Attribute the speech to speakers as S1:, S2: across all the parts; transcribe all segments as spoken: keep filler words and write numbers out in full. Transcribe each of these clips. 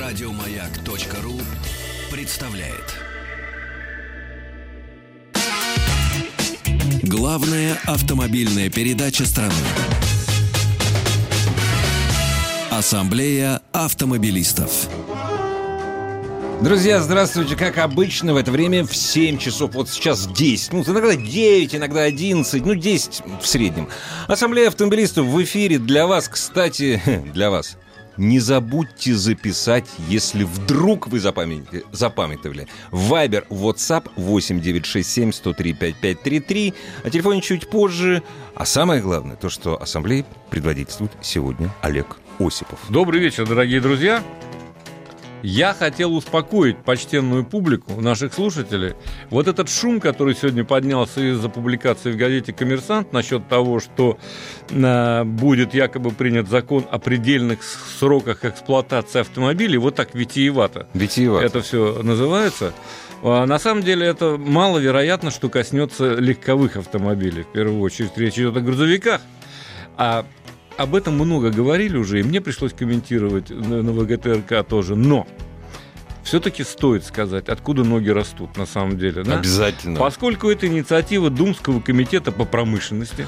S1: Радиомаяк.ру представляет. Главная автомобильная передача страны. Ассамблея автомобилистов.
S2: Друзья, здравствуйте. Как обычно, в это время в семь часов, вот сейчас десять, ну, иногда девять, иногда одиннадцать, ну, десять в среднем. Ассамблея автомобилистов в эфире. Для вас, кстати, для вас. Не забудьте записать, если вдруг вы запамятовали, запамятовали. Вайбер, WhatsApp восемь девятьсот шестьдесят семь сто три пятьдесят пять тридцать три. О телефоне чуть позже. А самое главное, то, что ассамблеей предводительствует сегодня Олег Осипов.
S3: Добрый вечер, дорогие друзья. Я хотел успокоить почтенную публику, наших слушателей. Вот этот шум, который сегодня поднялся из-за публикации в газете «Коммерсант» насчет того, что э, будет якобы принят закон о предельных сроках эксплуатации автомобилей, вот так витиевато,
S2: Витиевато.
S3: это все называется. А на самом деле это маловероятно, что коснется легковых автомобилей. В первую очередь речь идет о грузовиках. А об этом много говорили уже, и мне пришлось комментировать на ВГТРК тоже. Но все-таки стоит сказать, откуда ноги растут на самом деле. Да?
S2: Обязательно.
S3: Поскольку это инициатива Думского комитета по промышленности.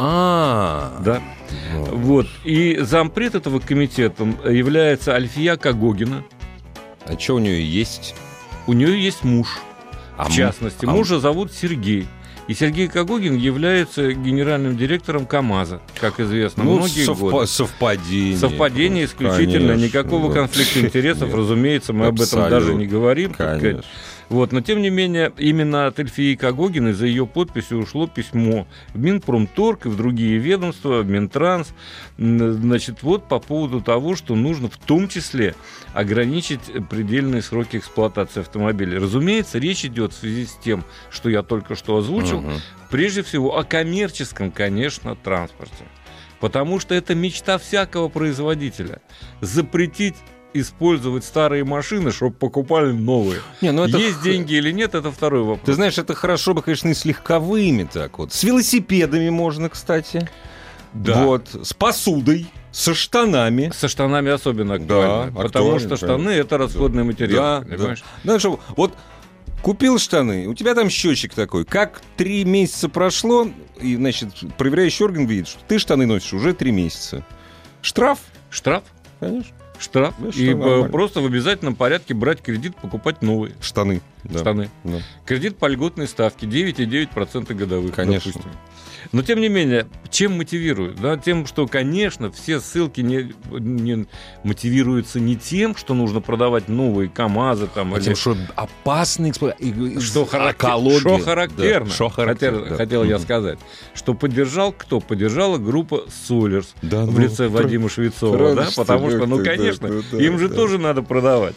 S2: А,
S3: да. Вот. И зампред этого комитета является Альфия Кагогина.
S2: А что у нее есть?
S3: У нее есть муж.
S2: А
S3: в частности,
S2: а
S3: мужа зовут Сергей. И Сергей Кагогин является генеральным директором КАМАЗа, как известно,
S2: ну,
S3: многие
S2: совп...
S3: годы.
S2: Совпадение.
S3: Совпадение исключительно.
S2: Конечно,
S3: Никакого
S2: да.
S3: конфликта интересов,
S2: Нет,
S3: разумеется, мы
S2: абсолютно.
S3: об этом даже не говорим.
S2: Конечно.
S3: Вот, но тем не менее, именно от Эльфии Кагогиной за ее подписью ушло письмо в Минпромторг и в другие ведомства, в Минтранс. Значит, вот по поводу того, что нужно в том числе ограничить предельные сроки эксплуатации автомобилей. Разумеется, речь идет в связи с тем, что я только что озвучил, угу. прежде всего о коммерческом, конечно, транспорте. Потому что это мечта всякого производителя. Запретить использовать старые машины, чтобы покупали новые. Не, ну это Есть х... деньги или нет, это второй вопрос.
S2: Ты знаешь, это хорошо бы, конечно, и с легковыми так вот. С велосипедами можно, кстати.
S3: Да.
S2: Вот. С посудой, со штанами.
S3: Со штанами особенно актуально. Да, потому актуально, что штаны да. это расходный да. материал. Да, понимаешь?
S2: Да. Знаешь, вот купил штаны, у тебя там счетчик такой. Как три месяца прошло, и, значит, проверяющий орган видит, что ты штаны носишь уже три месяца. Штраф?
S3: Штраф?
S2: Конечно.
S3: Штраф. Да, и нормально. Просто в обязательном порядке брать кредит, покупать новые.
S2: Штаны. Да.
S3: Штаны. Да. Кредит по льготной ставке девять целых девять десятых процента годовых.
S2: Конечно.
S3: Допустим. Но, тем не менее, чем мотивируют? Да? Тем, что, конечно, все ссылки не, не мотивируются не тем, что нужно продавать новые КАМАЗы. Там,
S2: а
S3: или...
S2: тем, что опасный эксплуатация.
S3: Что, характер... что характерно, да. Что характерно Хотел, да. хотел
S2: угу.
S3: я сказать. Что поддержал кто? Поддержала группа Солерс
S2: да,
S3: в
S2: ну,
S3: лице
S2: про...
S3: Вадима Швецова. Да? Потому что, ну, конечно, да, да, им
S2: да,
S3: же
S2: да.
S3: тоже надо продавать.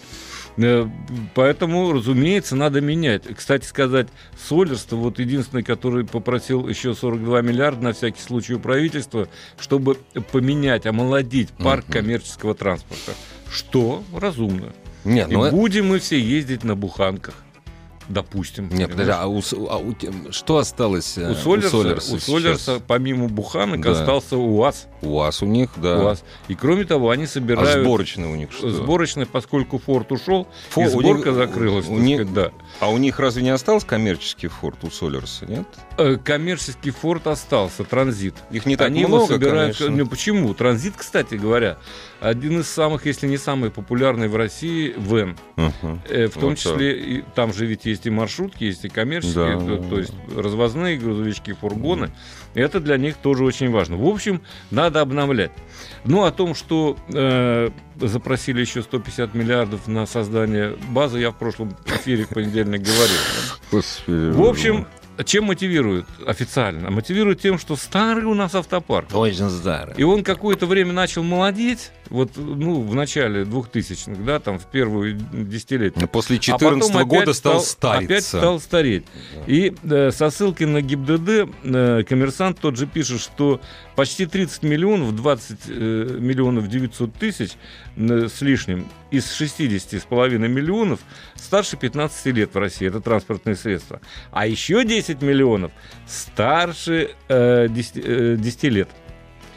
S3: Поэтому, разумеется, надо менять. Кстати сказать, Солерс, вот единственный, который попросил еще сорок два миллиарда на всякий случай у правительства, чтобы поменять, омолодить парк uh-huh. коммерческого транспорта. Что разумно.
S2: Нет,
S3: И
S2: ну...
S3: будем мы все ездить на буханках. Допустим.
S2: Нет, подожди, а, у, а у, что осталось
S3: у Солерса?
S2: У Солерса,
S3: у Солерса помимо буханок
S2: да.
S3: остался УАЗ.
S2: УАЗ у них, да.
S3: УАЗ. И кроме того, они собирают...
S2: А сборочный у них что?
S3: Сборочный, поскольку Форд ушел,
S2: Фо...
S3: и сборка
S2: них...
S3: закрылась.
S2: У них...
S3: сказать, да.
S2: А у них разве не остался коммерческий Форд у Солерса, нет?
S3: Э, коммерческий Форд остался, Транзит.
S2: Их не так
S3: они
S2: много,
S3: его собирают...
S2: конечно.
S3: Ну, почему? Транзит, кстати говоря, один из самых, если не самый популярный в России, Вэн.
S2: Uh-huh.
S3: Э, в том
S2: вот
S3: числе, и, там же ведь есть и маршрутки, есть и коммерческие,
S2: да.
S3: то, то есть развозные грузовички, фургоны. Mm. Это для них тоже очень важно. В общем, надо обновлять. Ну, о том, что э, запросили еще сто пятьдесят миллиардов на создание базы, я в прошлом эфире в понедельник говорил.
S2: Господи.
S3: В общем, чем мотивируют официально? Мотивируют тем, что старый у нас автопарк.
S2: Очень старый.
S3: И он какое-то время начал молодеть, вот, ну, в начале двухтысячных, да, там, в первую десятилетие.
S2: После четырнадцатого года стал стариться.
S3: Опять стал стареть. Да. И э, со ссылки на ГИБДД э, «Коммерсант» тот же пишет, что почти тридцать миллионов, двадцать э, миллионов девятьсот тысяч э, с лишним из шестидесяти с половиной миллионов старше пятнадцати лет в России. Это транспортные средства. А еще десять миллионов старше э, десяти, э, десяти лет.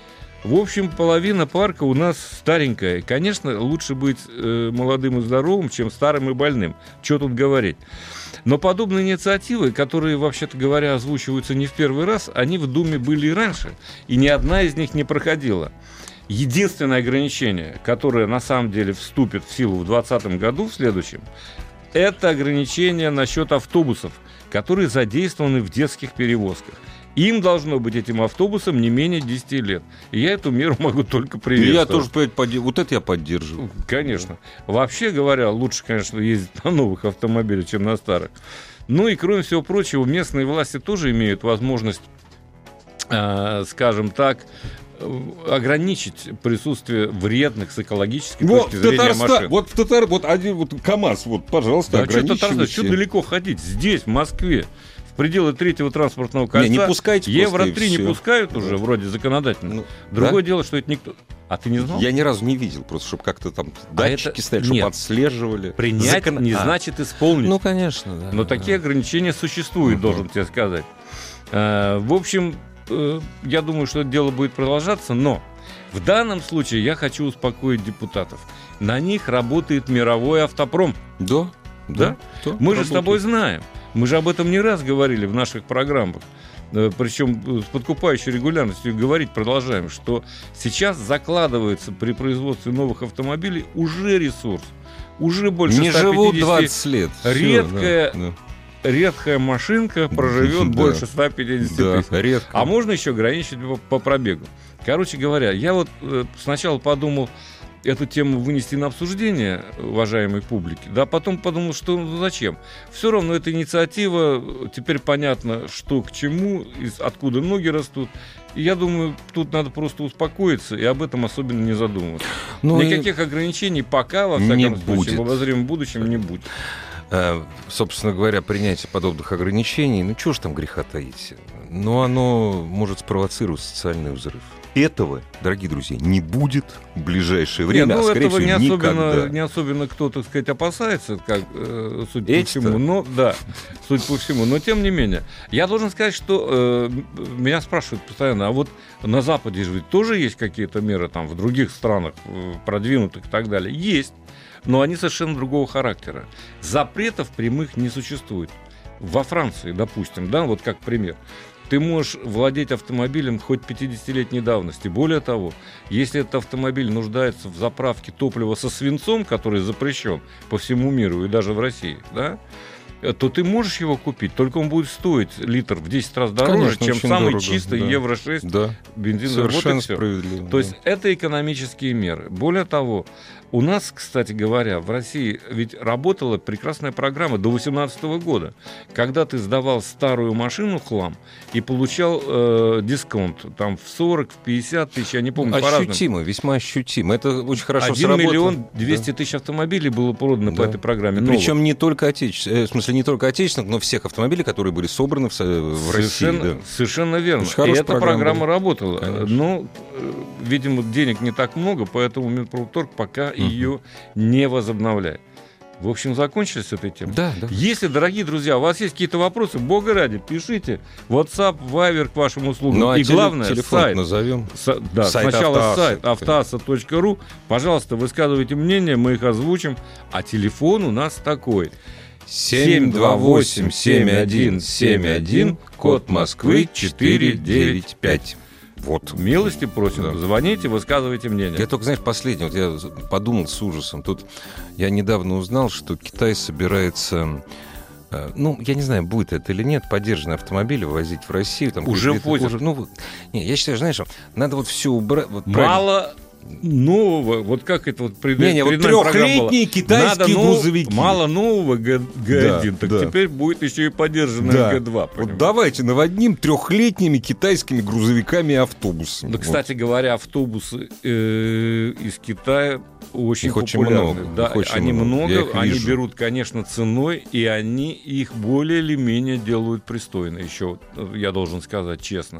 S3: В общем, половина парка у нас старенькая. Конечно, лучше быть э, молодым и здоровым, чем старым и больным. Что тут говорить? Но подобные инициативы, которые, вообще-то говоря, озвучиваются не в первый раз, они в Думе были и раньше, и ни одна из них не проходила. Единственное ограничение, которое на самом деле вступит в силу в двадцатом году, в следующем, это ограничение насчет автобусов, которые задействованы в детских перевозках. Им должно быть, этим автобусам, не менее десяти лет. И я эту меру могу только приветствовать.
S2: Я тоже, подди... вот это я поддерживаю.
S3: Конечно. Вообще говоря, лучше, конечно, ездить на новых автомобилях, чем на старых. Ну и, кроме всего прочего, местные власти тоже имеют возможность, э, скажем так, ограничить присутствие вредных с экологической
S2: вот
S3: точки зрения
S2: Татарстан,
S3: машин.
S2: Вот в Татар, вот один вот КАМАЗ, вот, пожалуйста,
S3: да,
S2: ограничивайте.
S3: Что Татарстан, что далеко ходить? Здесь, в Москве. В пределы третьего транспортного кольца.
S2: Не, не пускайте
S3: Евро-три не
S2: все.
S3: пускают уже, вроде законодательно.
S2: Ну,
S3: Другое
S2: да?
S3: дело, что это никто... А ты не знал?
S2: Я ни разу не видел, просто чтобы как-то там
S3: А
S2: датчики
S3: это...
S2: стояли, чтобы
S3: Нет.
S2: отслеживали.
S3: Принять
S2: Закон...
S3: не
S2: а.
S3: значит исполнить.
S2: Ну, конечно, да.
S3: Но
S2: да.
S3: такие ограничения существуют,
S2: Угу.
S3: должен тебе сказать. А, в общем, э, я думаю, что это дело будет продолжаться, но в данном случае я хочу успокоить депутатов. На них работает мировой автопром.
S2: Да,
S3: Да?
S2: да.
S3: Мы же с тобой знаем. Мы же об этом не раз говорили в наших программах. Причем с подкупающей регулярностью говорить продолжаем, что сейчас закладывается при производстве новых автомобилей уже ресурс. Уже больше
S2: не
S3: ста пятидесяти
S2: живут двадцать лет.
S3: Редкая,
S2: Всё, да, да.
S3: редкая машинка проживет
S2: Да.
S3: больше ста пятидесяти
S2: Да,
S3: тысяч.
S2: редко.
S3: А можно еще ограничить по, по пробегу. Короче говоря, я вот э, сначала подумал эту тему вынести на обсуждение уважаемой публики, да, потом подумал, что ну, зачем. Все равно эта инициатива, теперь понятно, что к чему, из, откуда ноги растут. И я думаю, тут надо просто успокоиться и об этом особенно не задумываться.
S2: Ну,
S3: Никаких и... ограничений пока, во всяком
S2: не
S3: случае,
S2: будет.
S3: в обозримом будущем не будет.
S2: А, собственно говоря, принятие подобных ограничений, ну чего ж там греха таить, но оно может спровоцировать социальный взрыв. Этого, дорогие друзья, не будет в ближайшее время,
S3: не, ну,
S2: а скорее
S3: этого
S2: всего
S3: не
S2: никогда.
S3: особенно, не особенно кто, так сказать, опасается, как, э, судя
S2: Эти-то?
S3: по всему. Но, да, судя по всему. Но, тем не менее, я должен сказать, что э, меня спрашивают постоянно, а вот на Западе же ведь тоже есть какие-то меры, там, в других странах, э, продвинутых и так далее. Есть, но они совершенно другого характера. Запретов прямых не существует. Во Франции, допустим, да, вот как пример. Ты можешь владеть автомобилем хоть пятидесятилетней давности. Более того, если этот автомобиль нуждается в заправке топлива со свинцом, который запрещен по всему миру и даже в России, да, то ты можешь его купить, только он будет стоить литр в десять раз дороже,
S2: Конечно,
S3: чем
S2: очень
S3: самый
S2: дорого,
S3: чистый
S2: да.
S3: евро шесть
S2: Да.
S3: бензин.
S2: Совершенно
S3: вот и всё.
S2: справедливо.
S3: То
S2: да.
S3: есть это экономические меры. Более того, у нас, кстати говоря, в России ведь работала прекрасная программа до две тысячи восемнадцатого года, когда ты сдавал старую машину в хлам и получал э, дисконт там в сорок, в пятьдесят тысяч, я не помню, по-разному.
S2: Ощутимо, весьма ощутимо. Это очень хорошо
S3: Один
S2: сработало.
S3: миллион двести тысяч автомобилей было продано
S2: Да.
S3: по этой программе.
S2: Причем
S3: новых.
S2: не только отечественных, в смысле не только отечественных, но всех автомобилей, которые были собраны в, в
S3: Совершенно,
S2: России. Да.
S3: совершенно верно.
S2: Очень
S3: И
S2: хорошая
S3: эта
S2: программа
S3: программа
S2: была.
S3: работала.
S2: Конечно.
S3: Но, э, видимо, денег не так много, поэтому Минпромторг пока
S2: Мгм.
S3: ее не возобновляет. В общем, закончили с этой темой.
S2: Да, да.
S3: Если, дорогие друзья, у вас есть какие-то вопросы, бога ради, пишите. WhatsApp, Viber к вашим услугам.
S2: Ну, а
S3: И
S2: теле-
S3: главное,
S2: телефон
S3: сайт.
S2: назовем.
S3: С- да,
S2: Сайт
S3: сначала
S2: Автоасса.
S3: сайт автоасса точка ру. Пожалуйста, высказывайте мнение, мы их озвучим. А телефон у нас такой.
S2: семь два восемь семь один семь один, код Москвы четыре девять пять. Вот.
S3: Милости просим,
S2: Да.
S3: звоните, высказывайте мнение.
S2: Я только, знаешь, последнее, вот я подумал с ужасом. Тут я недавно узнал, что Китай собирается, э, ну, я не знаю, будет это или нет, подержанные автомобили ввозить в Россию. Там,
S3: Уже
S2: какие-то
S3: ввозят.
S2: тоже- ну, вот. Не, я считаю, знаешь, надо вот все убрать. Вот правильно.
S3: Мало нового, вот как это вот пред,
S2: Не, не, вот
S3: перед нами программа была.
S2: трехлетние китайские
S3: Надо нов-
S2: грузовики.
S3: Мало нового Г- Г1,
S2: Да,
S3: так
S2: да.
S3: теперь будет еще и поддержанная
S2: Да.
S3: Г2.
S2: Вот
S3: понимаешь?
S2: давайте наводним трехлетними китайскими грузовиками и автобусами.
S3: Да, кстати говоря, автобусы э, из Китая очень
S2: Их очень
S3: популярны.
S2: много,
S3: Да,
S2: их очень
S3: они
S2: много.
S3: много,
S2: Я их
S3: они
S2: вижу.
S3: берут, конечно, ценой, и они их более или менее делают пристойно. Еще, я должен сказать честно.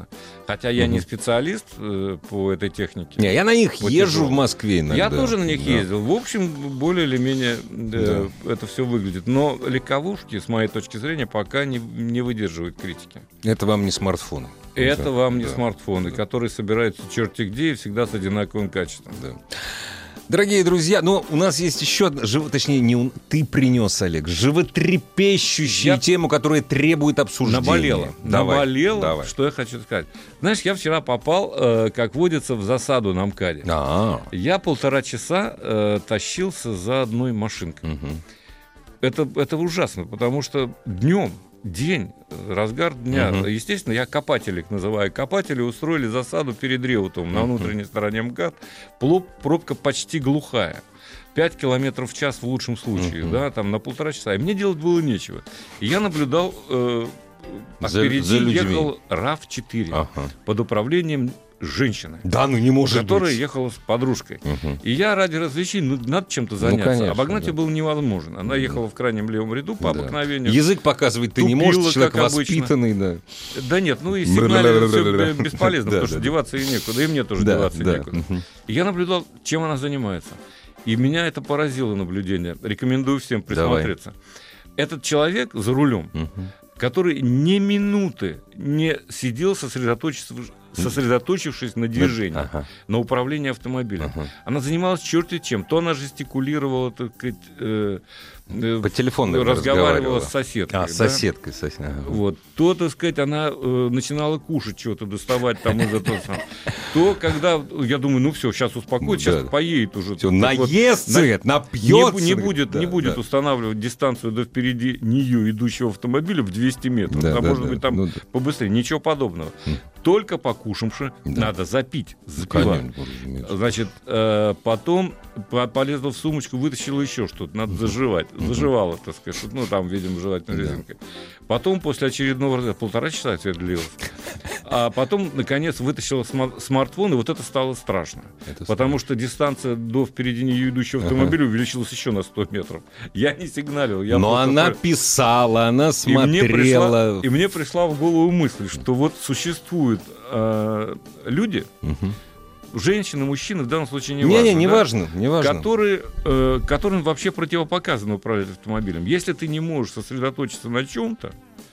S3: Хотя я
S2: Мгм.
S3: не специалист э, по этой технике.
S2: Не, я на них
S3: Вот
S2: езжу
S3: тяжело.
S2: в Москве иногда.
S3: Я тоже на них
S2: Да.
S3: ездил. В общем, более или менее э, это все выглядит. Но легковушки, с моей точки зрения, пока не, не выдерживают критики.
S2: Это вам не смартфоны.
S3: Это
S2: Да.
S3: вам не
S2: Да.
S3: смартфоны,
S2: Да.
S3: которые собираются черти где и всегда с одинаковым качеством.
S2: Да. Дорогие друзья, ну, у нас есть еще одна, жив- точнее, не у- ты принес, Олег, животрепещущую
S3: Я-
S2: тему, которая требует обсуждения.
S3: Наболело.
S2: Давай,
S3: Наболело,
S2: давай.
S3: что я хочу сказать. Знаешь, я вчера попал, э, как водится, в засаду на МКАДе.
S2: А,
S3: Я полтора часа э, тащился за одной машинкой.
S2: мгм.
S3: Это, это ужасно, потому что днем, день, разгар дня,
S2: Мгм.
S3: естественно, я копателей их называю. Копатели устроили засаду перед Реутовым на
S2: Мгм.
S3: внутренней стороне МКАД. Пло- Пробка почти глухая. пять километров в час в лучшем случае,
S2: Мгм.
S3: да, там на полтора часа. И мне делать было нечего. И я наблюдал, э, а
S2: За-
S3: впереди
S2: за людьми.
S3: ехал рав четыре
S2: Ага.
S3: под управлением женщины,
S2: Да, ну не может
S3: которая
S2: быть.
S3: ехала с подружкой.
S2: Мгм.
S3: И я ради развлечений, ну, надо чем-то заняться.
S2: конечно,
S3: Обогнать
S2: да.
S3: ее было невозможно. Она ехала в крайнем левом ряду по
S2: Да.
S3: обыкновению.
S2: Язык показывать ты не
S3: Тупила,
S2: можешь, человек
S3: как обычно.
S2: воспитанный, да.
S3: Да нет, ну и сигналить все бесполезно,
S2: Да,
S3: потому что
S2: да, да.
S3: деваться и некуда. И мне тоже
S2: Да,
S3: деваться
S2: да.
S3: некуда.
S2: Мгм.
S3: И я наблюдал, чем она занимается. И меня это поразило наблюдение. Рекомендую всем присмотреться. Этот человек за рулем,
S2: Мгм.
S3: который ни минуты не сидел, сосредоточившись, сосредоточившись на движении,
S2: Ага.
S3: на управлении автомобилем.
S2: Ага.
S3: Она занималась черти чем. То она жестикулировала, так сказать, э, э,
S2: По телефону, наверное,
S3: разговаривала
S2: разговаривала.
S3: с соседкой.
S2: А,
S3: да.
S2: с соседкой. сосед- ага.
S3: Вот. То, так сказать, она э, начинала кушать что-то, доставать там из этого самого. То, когда, я думаю, ну все, сейчас успокоится,
S2: Да.
S3: сейчас поедет уже.
S2: Всё,
S3: Так вот,
S2: наестся,
S3: на-
S2: это,
S3: не,
S2: напьется.
S3: бу- не будет,
S2: Да,
S3: не будет
S2: да.
S3: устанавливать дистанцию до впереди нее идущего автомобиля в двести метров.
S2: Да,
S3: а
S2: да,
S3: может
S2: да.
S3: быть, там
S2: Ну да.
S3: побыстрее. Ничего подобного.
S2: М.
S3: Только покушавши,
S2: Да.
S3: надо запить,
S2: Ну,
S3: запивать.
S2: конечно, разумеется.
S3: Значит, э, потом по- полезла в сумочку, вытащила еще что-то, надо заживать. Заживала, так сказать, ну там, видимо, жевательной
S2: Да.
S3: резинкой. Потом, после очередного раза, полтора часа все это длилось. А потом, наконец, вытащила сма- смартфон, и вот это стало страшно.
S2: Это
S3: Потому что дистанция до впереди нее идущего
S2: Ага.
S3: автомобиля увеличилась еще на сто метров. Я не сигналил. Я
S2: Но
S3: просто
S2: она
S3: про-
S2: писала, она
S3: и мне, пришла,
S2: смотрела.
S3: и мне пришла в голову мысль, что вот существуют э, люди,
S2: Мгм.
S3: женщины, мужчины, в данном случае не
S2: Не,
S3: важно,
S2: не, не
S3: да,
S2: важно, не важно.
S3: которые, э, которым вообще противопоказано управлять автомобилем. Если ты не можешь сосредоточиться на чем-то,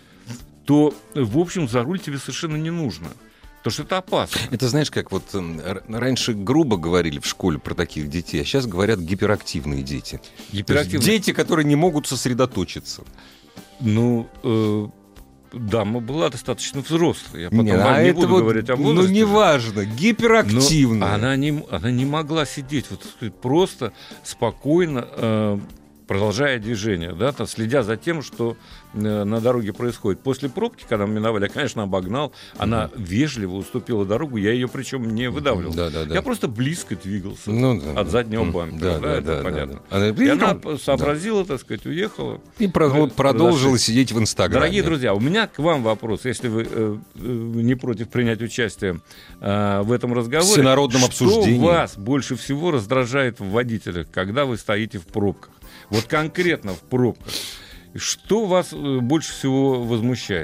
S3: то, в общем, за руль тебе совершенно не нужно. Потому что это опасно.
S2: Это знаешь, как вот м, р- раньше грубо говорили в школе про таких детей, а сейчас говорят гиперактивные дети. То есть
S3: Гиперактивность.
S2: дети, которые не могут сосредоточиться.
S3: Ну, э, дама была достаточно взрослой. Я потом
S2: Не,
S3: вам
S2: а
S3: не
S2: это
S3: буду
S2: вот,
S3: говорить о
S2: ну,
S3: возрасте.
S2: неважно,
S3: Но
S2: гиперактивная.
S3: она не, она не могла сидеть, вот, так сказать, просто спокойно э, продолжая движение, да, там, следя за тем, что э, на дороге происходит. После пробки, когда мы миновали, я, конечно, обогнал, она вежливо уступила дорогу, я ее причем не выдавливал.
S2: Да, да, да.
S3: Я просто близко двигался
S2: Ну, да,
S3: от
S2: да.
S3: заднего
S2: М,
S3: бампера,
S2: да,
S3: да,
S2: да,
S3: это
S2: да,
S3: понятно.
S2: да, да. Она-
S3: И она
S2: Да.
S3: сообразила, так сказать, уехала.
S2: И про-
S3: Мы
S2: продолжила
S3: разошлись.
S2: сидеть в Инстаграме.
S3: Дорогие друзья, у меня к вам вопрос, если вы э, э, не против принять участие э, в этом разговоре.
S2: Всенародном обсуждении.
S3: Что вас больше всего раздражает в водителях, когда вы стоите в пробках? Вот конкретно в пробках. Что вас э, больше всего возмущает?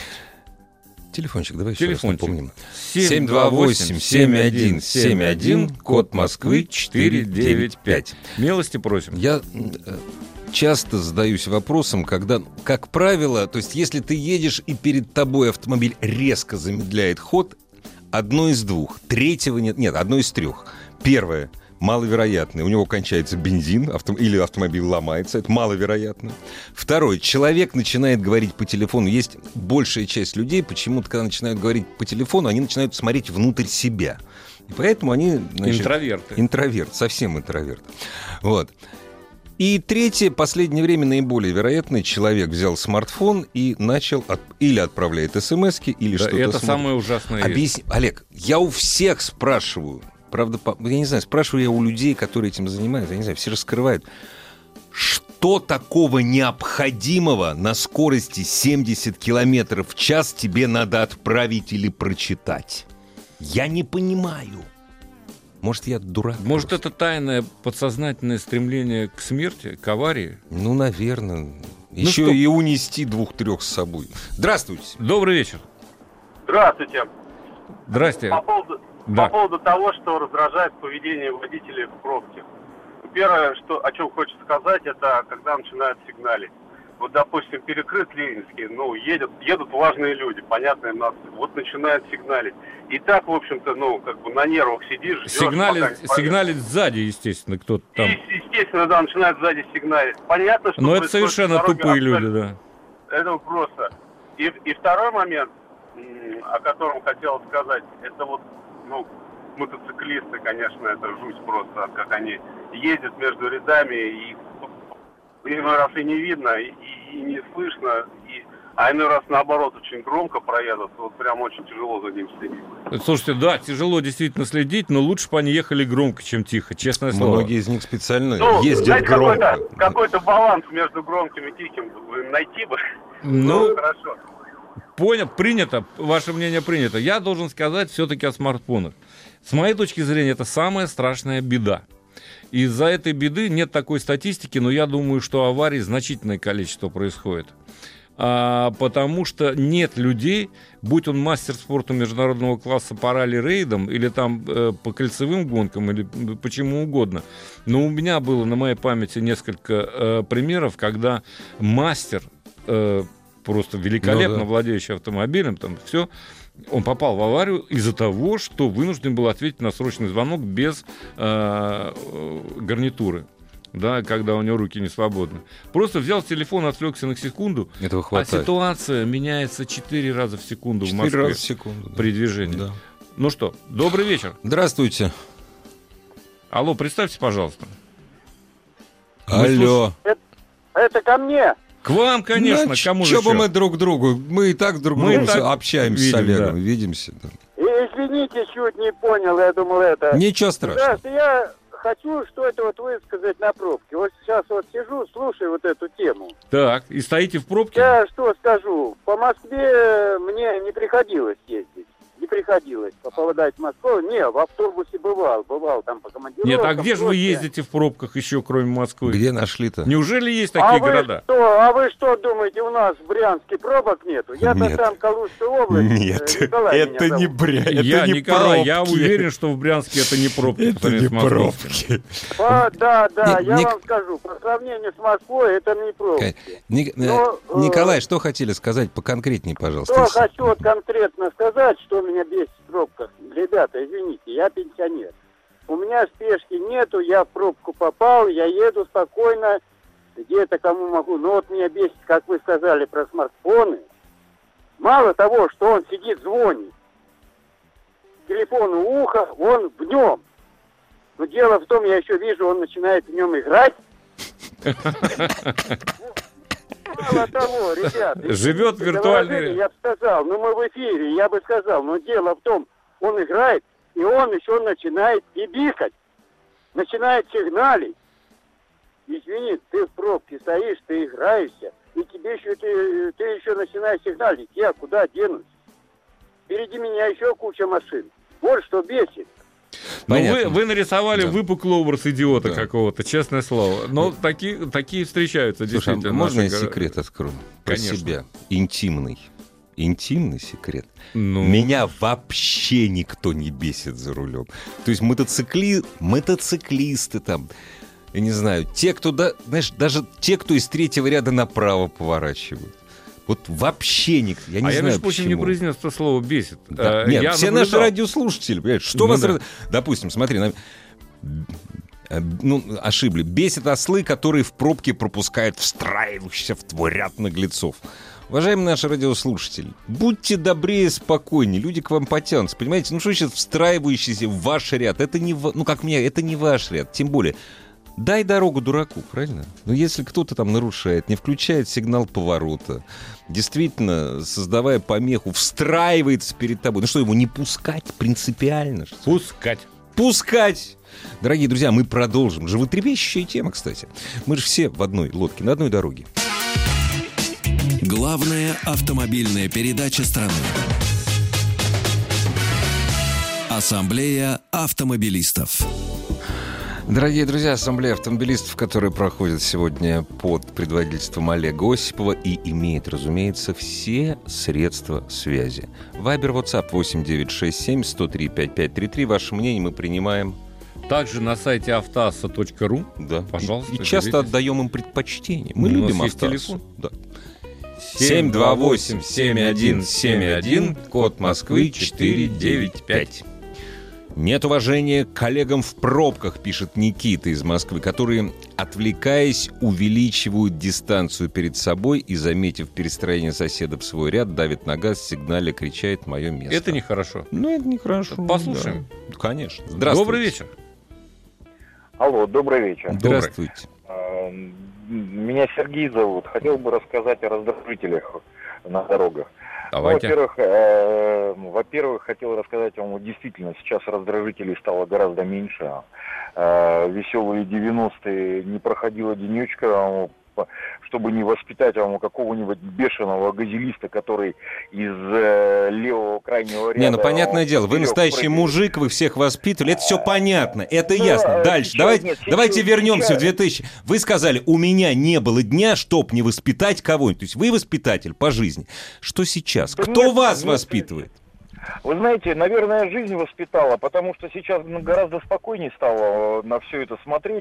S2: Телефончик, давай еще
S3: Телефончик.
S2: раз напомним.
S3: семь два восемь семь один семь один, код Москвы четыре девять пять. Милости просим.
S2: Я э, часто задаюсь вопросом, когда, как правило, то есть если ты едешь и перед тобой автомобиль резко замедляет ход, одно из двух. Третьего нет. Нет, одно из трех. Первое. Маловероятно. У него кончается бензин авто, или автомобиль ломается. Это маловероятно. Второе. Человек начинает говорить по телефону. Есть большая часть людей, почему-то, когда начинают говорить по телефону, они начинают смотреть внутрь себя. И поэтому они... значит,
S3: Интроверты.
S2: Интроверт, совсем интроверт. Вот. И третье, последнее время наиболее вероятно, человек взял смартфон и начал от, или отправляет смски, или
S3: Да,
S2: что-то
S3: это
S2: смотрит.
S3: самое ужасное. есть.
S2: Объясни... Олег, я у всех спрашиваю, правда, по... я не знаю, спрашиваю я у людей, которые этим занимаются, я не знаю, все раскрывают. Что такого необходимого на скорости семьдесят километров в час тебе надо отправить или прочитать? Я не понимаю. Может, я дурак?
S3: Может,
S2: просто?
S3: это тайное подсознательное стремление к смерти, к аварии?
S2: Ну, наверное.
S3: Ну
S2: Еще
S3: что?
S2: и унести двух-трех с собой. Здравствуйте.
S3: Добрый вечер.
S4: Здравствуйте.
S3: Здрасте.
S4: По поводу,
S3: Да.
S4: по поводу того, что раздражает поведение водителей в пробке. Первое, что, о чем хочется сказать, это когда начинают сигналить. Вот, допустим, перекрыт Ленинский, ну, едут, едут важные люди, понятно, им надо, вот начинают сигналить. И так, в общем-то, ну, как бы на нервах сидишь, ждешь.
S3: Сигналит,
S4: пока не
S3: сигналит сзади, естественно, кто-то там.
S4: И, естественно, да, начинают сзади сигналить. Понятно, что
S3: Но это
S4: происходит
S3: совершенно
S4: на дороге
S3: тупые
S4: абсолютно-
S3: люди, да.
S4: Это просто. И, и второй момент, м, о котором хотел сказать, это вот, ну, мотоциклисты, конечно, это жуть просто, как они ездят между рядами, и иной раз и не видно, и, и не слышно, и, а иной раз, наоборот, очень громко проедут, вот прям очень тяжело за ним следить.
S3: Слушайте, да, тяжело действительно следить, но лучше бы они ехали громко, чем тихо, честное слово.
S2: Многие из них специально
S4: Ну,
S2: ездят
S4: знаете,
S2: громко.
S4: какой-то, какой-то баланс между громким и тихим найти бы.
S3: Ну,
S4: хорошо.
S3: Понял, принято, ваше мнение принято. Я должен сказать все-таки о смартфонах. С моей точки зрения, это самая страшная беда. Из-за этой беды нет такой статистики, но я думаю, что аварий значительное количество происходит. А, потому что нет людей, будь он мастер спорта международного класса по ралли-рейдам или там э, по кольцевым гонкам, или почему угодно. Но у меня было на моей памяти несколько э, примеров, когда мастер, э, просто великолепно
S2: Ну, да.
S3: владеющий автомобилем, там все, он попал в аварию из-за того, что вынужден был ответить на срочный звонок без э, гарнитуры. Да, когда у него руки не свободны. Просто взял телефон, отвлекся на секунду,
S2: Этого
S3: а
S2: хватает.
S3: ситуация меняется четыре раза в секунду в
S2: Четыре
S3: Москве
S2: раза в секунду. да.
S3: при движении.
S2: Да.
S3: Ну что, добрый вечер.
S2: Здравствуйте.
S3: Алло, представьте, пожалуйста.
S2: Алло.
S5: Это ко мне.
S3: К вам, конечно,
S2: Ну,
S3: кому же
S2: Что бы
S3: еще?
S2: мы друг другу? Мы и так друг
S3: Мы и
S2: другу
S3: так
S2: общаемся
S3: видим,
S2: с Олегом,
S3: да.
S2: видимся. да.
S5: И, извините, чуть не понял, я думал это.
S2: Ничего страшного.
S5: Здравствуйте, я хочу что-то вот высказать на пробке. Вот сейчас вот сижу, слушаю вот эту тему.
S3: Так, и стоите в пробке?
S5: Я что скажу, по Москве мне не приходилось ездить. Не приходилось попадать в Москву. Не, в автобусе бывал, бывал там по командировкам.
S3: Нет, а где же вы
S5: прочее.
S3: ездите в пробках еще, кроме Москвы?
S2: Где нашли-то?
S3: Неужели есть
S5: А
S3: такие
S5: вы
S3: города?
S5: что, а вы что думаете, у нас в Брянске пробок нету? Я-то
S2: Нет.
S5: сам Калужская область.
S2: Нет,
S5: э, Николай
S2: это
S5: меня
S2: не
S5: зовут.
S2: бря, это
S3: я,
S2: не
S3: Николай, я
S2: пробки.
S3: уверен, что в Брянске это не пробки. по
S2: Это
S3: сравнению
S2: не
S3: с московскими.
S2: пробки.
S5: А, да, да,
S2: Ник-
S5: я
S2: Ник-
S5: вам скажу, по сравнению с Москвой это не пробки.
S2: Ник-
S5: Но, э,
S2: Николай, что хотели сказать поконкретнее, пожалуйста?
S5: Что
S2: если-
S5: хочу вот конкретно сказать, что меня бесит в пробках. Ребята, извините, я пенсионер. У меня спешки нету, я в пробку попал, я еду спокойно, где-то кому могу. Но вот меня бесит, как вы сказали про смартфоны. Мало того, что он сидит, звонит. Телефон у уха, он в нем. Но дело в том, я еще вижу, он начинает в нем играть. Мало того, ребят,
S3: Живет
S5: если
S3: виртуальный-
S5: говорили, я бы сказал, ну мы в эфире, я бы сказал, но дело в том, он играет, и он еще начинает бибикать, начинает сигналить. Извини, ты в пробке стоишь, ты играешься, и тебе еще, ты, ты еще начинаешь сигналить. Я куда денусь? Впереди меня еще куча машин. Вот что бесит.
S3: Ну, вы,
S2: Понятно.
S3: вы нарисовали
S2: Да.
S3: выпуклый образ идиота
S2: Да.
S3: какого-то, честное слово. Но такие, такие встречаются,
S2: Слушай, а
S3: действительно.
S2: можно я
S3: наши горо-
S2: секрет открою? Про
S3: Конечно.
S2: себя. Интимный. Интимный секрет.
S3: Ну,
S2: Меня вообще никто не бесит за рулем. То есть мотоцикли... мотоциклисты там, я не знаю, те, кто, да, знаешь, даже те, кто из третьего ряда направо поворачивают. Вот вообще никто. Я не
S3: а я,
S2: знаю,
S3: между прочим, не
S2: почему.
S3: произнес это слово «бесит».
S2: Да.
S3: Э,
S2: Нет,
S3: я
S2: все
S3: наблюдал.
S2: наши радиослушатели, понимаешь, что
S3: Ну
S2: вас...
S3: да.
S2: раз- Допустим, смотри, на- э, ну, ошибли. Бесит ослы, которые в пробке пропускают встраивающихся в твой ряд наглецов. Уважаемые наши радиослушатели, будьте добрее и спокойнее, люди к вам потянутся, понимаете? Ну что сейчас встраивающийся в ваш ряд? Это не, ва- ну как мне, это не ваш ряд, тем более... Дай дорогу дураку, правильно? Но если кто-то там нарушает, не включает сигнал поворота, действительно, создавая помеху, встраивается перед тобой, ну что, его не пускать принципиально? Что ли?
S3: Пускать.
S2: Пускать! Дорогие друзья, мы продолжим. Животрепещущая тема, кстати. Мы же все в одной лодке, на одной дороге.
S1: Главная автомобильная передача страны. Ассамблея автомобилистов.
S2: Дорогие друзья, ассамблея автомобилистов, которая проходит сегодня под предводительством Олега Осипова и имеет, разумеется, все средства связи. Вайбер, WhatsApp восемь девятьсот шестьдесят семь сто три пятьдесят пять тридцать три. Ваше мнение мы принимаем.
S3: Также на сайте автоасса точка ру.
S2: Да.
S3: Пожалуйста.
S2: И, и часто отдаем им предпочтение. Мы
S3: У
S2: любим
S3: нас есть
S2: Автоассу.
S3: телефон.
S2: Да. семь два восемь семь один семь один, код Москвы четыре девять пять. Нет уважения к коллегам в пробках, пишет Никита из Москвы, которые, отвлекаясь, увеличивают дистанцию перед собой и, заметив перестроение соседа в свой ряд, давит на газ, сигналя, кричает «Мое место».
S3: Это нехорошо.
S2: Ну, это нехорошо.
S3: Послушаем.
S2: Да. Конечно. Здравствуйте.
S3: Добрый вечер.
S6: Алло, добрый вечер.
S2: Здравствуйте.
S6: Меня Сергей зовут. Хотел бы рассказать о раздражителях на дорогах.
S3: Давайте.
S6: Ну, во-первых, э, во-первых, хотел рассказать вам, действительно, сейчас раздражителей стало гораздо меньше. Э, веселые девяностые, не проходило денечка, чтобы не воспитать вам какого-нибудь бешеного газелиста, который из э, левого крайнего ряда...
S2: Не, ну понятное дело, вы настоящий
S6: прыгает.
S2: мужик, вы всех воспитывали, это все понятно, это
S6: Ну,
S2: ясно.
S6: э,
S2: Дальше,
S6: сейчас
S2: давайте,
S6: нет, сейчас-
S2: давайте вернемся
S6: сейчас-
S2: в две тысячи. Вы сказали, у меня не было дня, чтоб не воспитать кого-нибудь. То есть вы воспитатель по жизни. Что сейчас?
S6: Да
S2: Кто
S6: нет,
S2: вас
S6: нет.
S2: воспитывает?
S6: Вы знаете, наверное, жизнь воспитала, потому что сейчас ну, гораздо спокойнее стало на все это смотреть,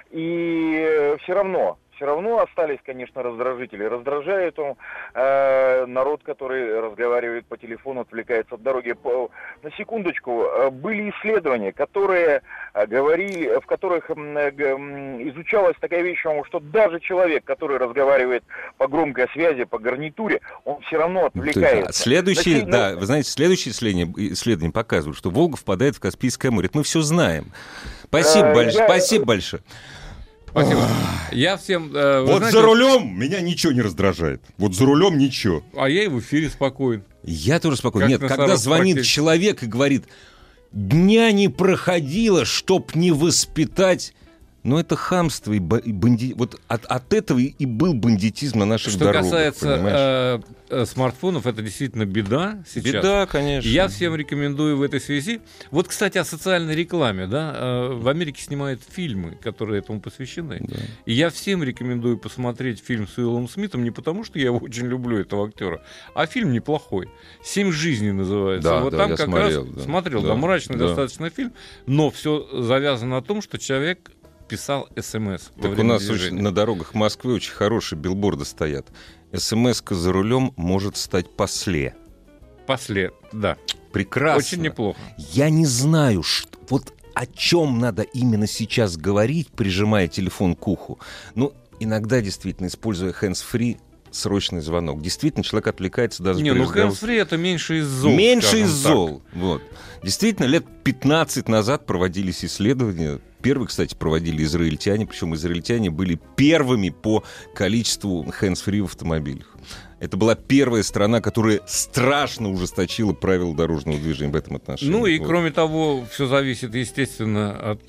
S6: и все равно, все равно остались, конечно, раздражители. Раздражает он э, народ, который разговаривает по телефону, отвлекается от дороги. По, на секундочку, э, были исследования, которые э, говорили, в которых э, э, изучалась такая вещь, что даже человек, который разговаривает по громкой связи, по гарнитуре, он все равно отвлекается.
S2: Следующие,
S6: Значит,
S2: да,
S6: ну,
S2: вы знаете, следующие исследования, исследования показывают, что Волга впадает в Каспийское море. Это мы все знаем. Спасибо,
S6: Э,
S2: большое,
S6: я-
S2: спасибо большое.
S3: Спасибо. Я всем... э, вы
S2: Вот
S3: знаете,
S2: за рулем меня ничего не раздражает. Вот за рулем ничего.
S3: А я и в эфире спокоен.
S2: Я тоже спокойно.
S3: Как
S2: Нет,
S3: носорог
S2: когда звонит
S3: практически.
S2: человек и говорит, дня не проходило, чтоб не воспитать. Но это хамство и банди... Вот от, от этого и был бандитизм на наших
S3: Что
S2: дорогах.
S3: касается
S2: понимаешь?
S3: э, э, смартфонов, это действительно беда сейчас.
S2: Беда, конечно.
S3: Я всем рекомендую в этой связи. Вот, кстати, о социальной рекламе. Да? Э, В Америке снимают фильмы, которые этому посвящены.
S2: Да.
S3: И я всем рекомендую посмотреть фильм с Уиллом Смитом не потому, что я его очень люблю, этого актера, а фильм неплохой. «Семь жизней» называется.
S2: Да,
S3: вот
S2: да,
S3: там
S2: я
S3: как
S2: смотрел,
S3: раз
S2: да.
S3: смотрел, да,
S2: Да,
S3: мрачный
S2: да.
S3: достаточно фильм, но все завязано на том, что человек писал СМС во
S2: Так у
S3: время
S2: нас очень,
S3: движения.
S2: на дорогах Москвы очень хорошие билборды стоят. СМС-ка за рулем может стать после.
S3: После, да.
S2: Прекрасно.
S3: Очень неплохо.
S2: Я не знаю, что, вот о чем надо именно сейчас говорить, прижимая телефон к уху. Ну, иногда действительно, используя hands-free, срочный звонок. Действительно, человек отвлекается даже
S3: Не,
S2: при
S3: ну
S2: разговоре.
S3: hands-free это меньше из зол.
S2: Меньше
S3: скажем
S2: из
S3: так.
S2: зол. Вот. Действительно, лет пятнадцать назад проводились исследования. Первые, кстати, проводили израильтяне, причем израильтяне были первыми по количеству hands-free в автомобилях. Это была первая страна, которая страшно ужесточила правила дорожного движения в этом отношении.
S3: Ну и
S2: Вот.
S3: кроме того, все зависит, естественно, от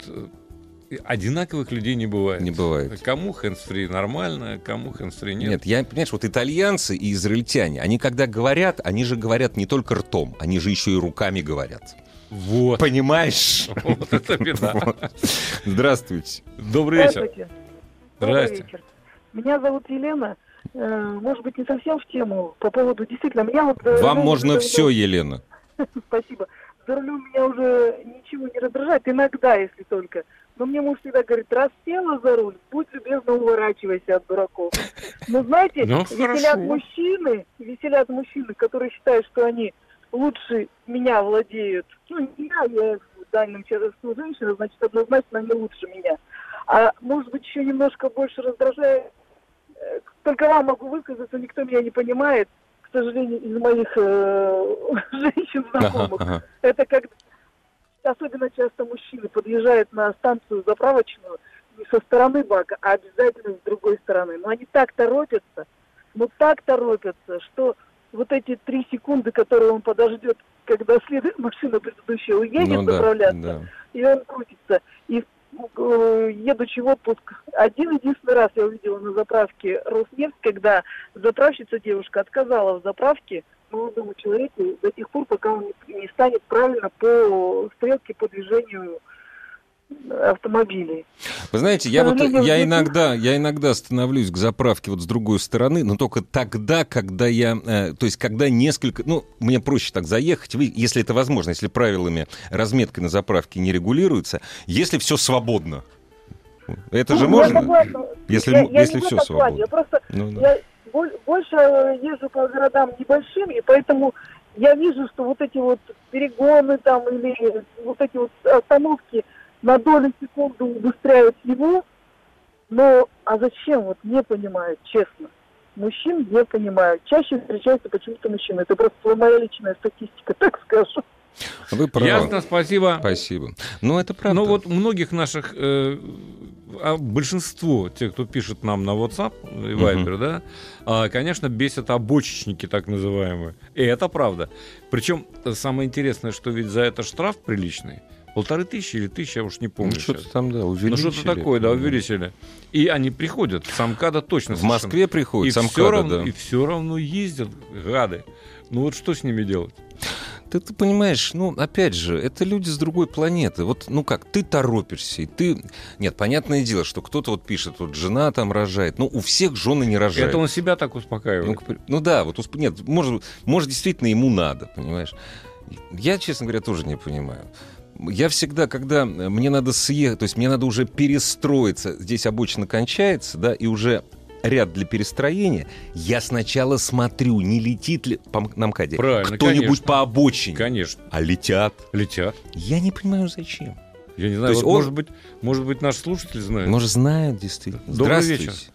S3: э, одинаковых людей не бывает.
S2: Не бывает.
S3: Кому hands-free нормально, кому hands-free нет.
S2: Нет, я, понимаешь, вот итальянцы и израильтяне, они когда говорят, они же говорят не только ртом, они же еще и руками говорят.
S3: Вот.
S2: Понимаешь?
S3: Вот это беда.
S2: Вот. Здравствуйте.
S3: Добрый вечер.
S7: Здравствуйте. Добрый
S3: Здрасте.
S7: вечер. Меня зовут Елена. Э, Может быть, не совсем в тему. По поводу, действительно, меня вот... э,
S2: Вам
S7: знаете,
S2: можно
S7: за
S2: все,
S7: рулем-
S2: Елена.
S7: Спасибо. За рулем меня уже ничего не раздражает, иногда, если только. Но мне муж всегда говорит, раз села за руль, будь любезна, уворачивайся от дураков. Но знаете,
S3: Ну,
S7: веселят
S3: хорошо.
S7: мужчины, веселят мужчины, которые считают, что они лучше меня владеют. Ну, не я, я в данном человечестве женщина, значит, однозначно они лучше меня. А может быть, еще немножко больше раздражает. Э, Только вам могу высказаться, никто меня не понимает, к сожалению, из моих э, женщин знакомых.
S2: Ага, ага.
S7: Это когда особенно часто мужчины подъезжают на станцию заправочную не со стороны бака, а обязательно с другой стороны. Но они так торопятся, ну так торопятся, что вот эти три секунды, которые он подождет, когда следует машина предыдущая уедет
S2: Ну да,
S7: заправляться,
S2: да.
S7: и он крутится. И э, едучи в отпуск, один-единственный раз я увидела на заправке Роснефть, когда заправщица девушка отказала в заправке молодому человеку до тех пор, пока он не, не станет правильно по стрелке по движению автомобилей.
S2: Вы знаете, я вот
S7: Сожалению,
S2: я
S7: в-
S2: иногда, я иногда становлюсь к заправке вот с другой стороны, но только тогда, когда я, э, то есть когда несколько, ну, мне проще так заехать, вы, если это возможно, если правилами разметкой на заправке не регулируется, если все свободно. Это
S7: Ну,
S2: же
S7: я
S2: можно,
S7: согласна.
S2: если,
S7: я,
S2: м-
S7: я
S2: если
S7: не в
S2: все
S7: этом плане.
S2: свободно.
S7: Я просто
S2: Ну, да.
S7: я боль- больше езжу по городам небольшим, и поэтому я вижу, что вот эти вот перегоны там или вот эти вот остановки на долю секунды убыстряют его. Но а зачем? Вот не понимаю, честно. Мужчин не понимаю. Чаще встречаются почему-то мужчины. Это просто моя личная статистика, так скажу.
S2: Вы правы.
S3: Ясно, спасибо.
S2: Спасибо. Ну, это правда.
S3: Ну вот у многих наших, э, а большинство тех, кто пишет нам на WhatsApp и Viber,
S2: Мгм.
S3: да, а, конечно, бесят обочечники так называемые. И это правда. Причем самое интересное, что ведь за это штраф приличный. Полторы тысячи или тысяча, я уж не
S2: Ну,
S3: помню
S2: что-то
S3: сейчас.
S2: там, да,
S3: Ну
S2: увеличили.
S3: что-то такое, да, увеличили. И они приходят, с МКАДа точно.
S2: В
S3: совершенно.
S2: Москве приходят,
S3: И
S2: сам
S3: все равно,
S2: да.
S3: и все равно ездят, гады. Ну вот что с ними делать?
S2: Ты, ты понимаешь, ну, опять же, это люди с другой планеты. Вот, ну как, ты торопишься, и ты... Нет, понятное дело, что кто-то вот пишет, вот жена там рожает. Ну, у всех жены не рожают.
S3: Это он себя так
S2: Ну,
S3: успокаивает.
S2: к при- ну да, вот усп- нет, может, может, действительно ему надо, понимаешь? Я, честно говоря, тоже не понимаю. Я всегда, когда мне надо съехать, то есть мне надо уже перестроиться, здесь обочина кончается, да, и уже ряд для перестроения, я сначала смотрю, не летит ли по м- на МКАДе
S3: Правильно,
S2: кто-нибудь
S3: конечно.
S2: по обочине.
S3: Конечно.
S2: А летят.
S3: Летят.
S2: Я не понимаю, зачем.
S3: Я не
S2: То
S3: знаю,
S2: есть
S3: вот,
S2: он-
S3: может быть, может быть, наш слушатель знает.
S2: Может, знают действительно.
S3: Добрый
S2: Здравствуйте.
S3: вечер.